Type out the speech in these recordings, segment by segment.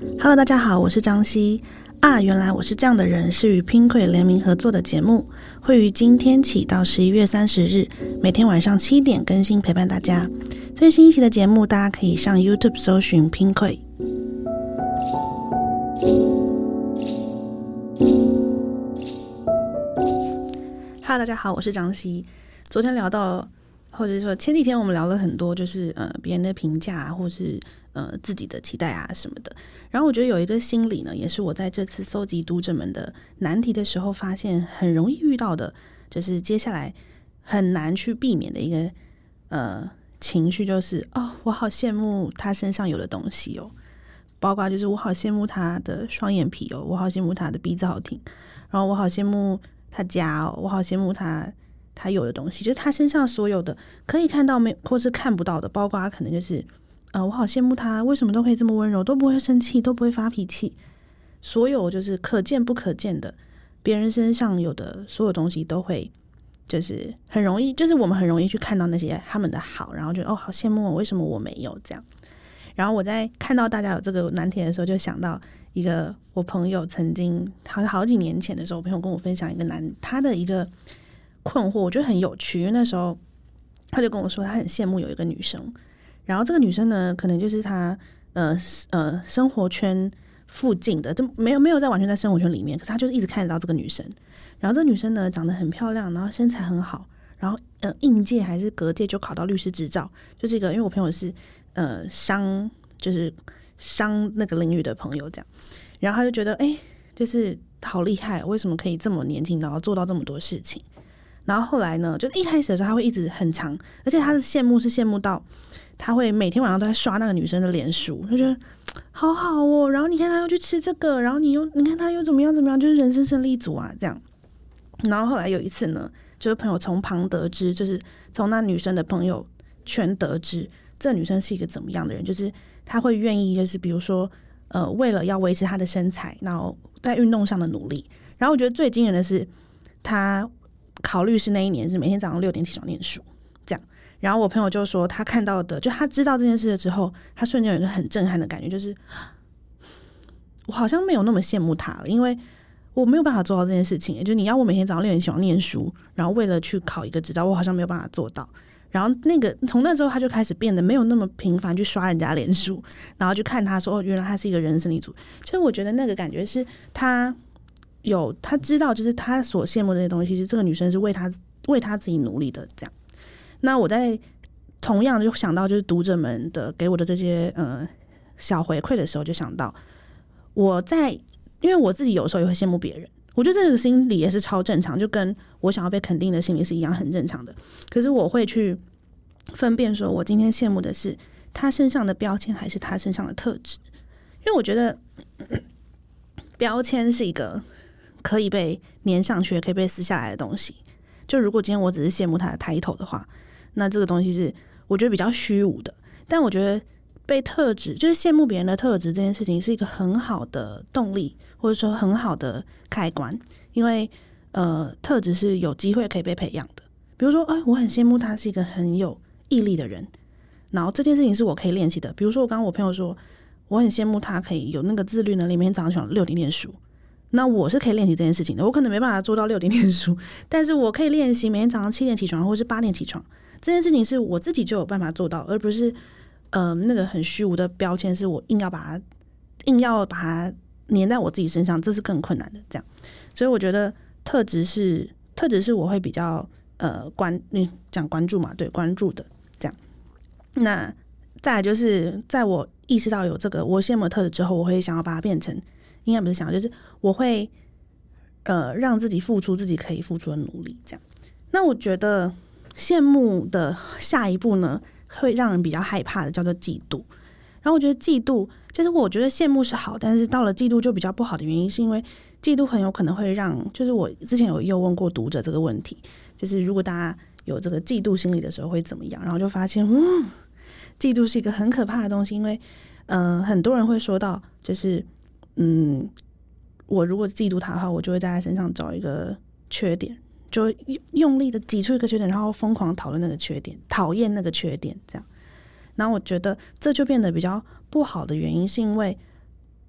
Hello， 大家好，我是张希啊。原来我是这样的人是与 Pinkoi 联名合作的节目，会于今天起到11月30日，每天晚上7点更新陪伴大家。最新一期的节目，大家可以上 YouTube 搜寻 Pinkoi。Hello， 大家好，我是张希。昨天聊到，或者说前几天我们聊了很多，就是别人的评价啊，或是自己的期待啊什么的。然后我觉得有一个心理呢，也是我在这次搜集读者们的难题的时候发现很容易遇到的，就是接下来很难去避免的一个情绪，就是我好羡慕他身上有的东西哦，包括就是我好羡慕他的双眼皮哦，我好羡慕他的鼻子好挺，然后我好羡慕他家哦，我好羡慕他有的东西，就是他身上所有的可以看到没或是看不到的，包括他可能就是我好羡慕他为什么都可以这么温柔，都不会生气，都不会发脾气，所有就是可见不可见的别人身上有的所有东西都会就是很容易，就是我们很容易去看到那些他们的好，然后就好羡慕我，为什么我没有这样。然后我在看到大家有这个难题的时候，就想到一个我朋友曾经好几年前的时候，我朋友跟我分享一个他的一个困惑，我觉得很有趣。因为那时候他就跟我说他很羡慕有一个女生，然后这个女生呢可能就是他生活圈附近的，就没有在完全在生活圈里面，可是他就是一直看得到这个女生。然后这个女生呢长得很漂亮，然后身材很好，然后应届还是隔届就考到律师执照，就是一个因为我朋友是商那个领域的朋友这样。然后他就觉得就是好厉害，为什么可以这么年轻然后做到这么多事情。然后后来呢，就一开始的时候他会一直很长，而且他的羡慕到他会每天晚上都在刷那个女生的脸书，就觉得好好哦，然后你看他又去吃这个，然后你看他又怎么样，就是人生胜利组啊这样。然后后来有一次呢，就是朋友从旁得知，就是从那女生的朋友圈得知这女生是一个怎么样的人，就是她会愿意就是比如说为了要维持她的身材，然后在运动上的努力。然后我觉得最惊人的是她考律师那一年是每天早上6点起床念书这样。然后我朋友就说他看到的，就他知道这件事了之后，他瞬间有一个很震撼的感觉，就是我好像没有那么羡慕他了，因为我没有办法做到这件事情。就是你要我每天早上6点起床念书，然后为了去考一个执照，我好像没有办法做到。然后从那之后他就开始变得没有那么频繁去刷人家脸书，然后就看他说原来他是一个人生胜利组。所以我觉得那个感觉是他知道，就是他所羡慕的这些东西，其实这个女生是为他自己努力的这样。那我在同样就想到就是读者们的给我的这些小回馈的时候，就想到因为我自己有时候也会羡慕别人，我觉得这个心理也是超正常，就跟我想要被肯定的心理是一样很正常的。可是我会去分辨说我今天羡慕的是他身上的标签还是他身上的特质。因为我觉得标签是一个可以被粘上去也可以被撕下来的东西。就如果今天我只是羡慕他的title的话，那这个东西是我觉得比较虚无的。但我觉得被特质，就是羡慕别人的特质这件事情，是一个很好的动力，或者说很好的开关。因为特质是有机会可以被培养的。比如说我很羡慕他是一个很有毅力的人，然后这件事情是我可以练习的。比如说我朋友说我很羡慕他可以有那个自律能力，每天早上起床6点念书，那我是可以练习这件事情的。我可能没办法做到6点念书，但是我可以练习每天早上7点起床或是8点起床，这件事情是我自己就有办法做到，而不是那个很虚无的标签是我硬要把它粘在我自己身上，这是更困难的这样。所以我觉得特质是我会比较讲关注嘛，对，关注的这样。那再来就是在我意识到有这个我羡慕的特质之后，我会想要把它变成，应该不是想要，就是我会让自己付出自己可以付出的努力这样。那我觉得羡慕的下一步呢，会让人比较害怕的叫做嫉妒。然后我觉得嫉妒，就是我觉得羡慕是好，但是到了嫉妒就比较不好的原因，是因为嫉妒很有可能会让，就是我之前有问过读者这个问题，就是如果大家有这个嫉妒心理的时候会怎么样，然后就发现嫉妒是一个很可怕的东西。因为很多人会说到就是我如果嫉妒他的话，我就会在他身上找一个缺点，就用力的挤出一个缺点，然后疯狂讨论那个缺点，讨厌那个缺点这样。然后我觉得这就变得比较不好的原因，是因为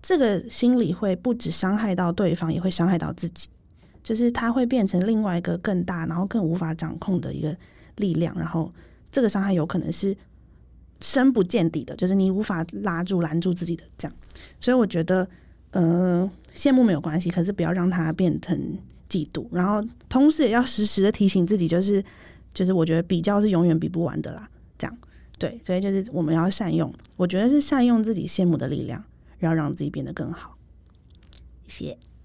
这个心理会不只伤害到对方，也会伤害到自己，就是它会变成另外一个更大然后更无法掌控的一个力量，然后这个伤害有可能是深不见底的，就是你无法拦住自己的这样。所以我觉得羡慕没有关系，可是不要让它变成嫉妒，然后同时也要时时的提醒自己，就是我觉得比较是永远比不完的啦，这样对，所以就是我们要善用，我觉得是善用自己羡慕的力量，然后让自己变得更好。谢谢。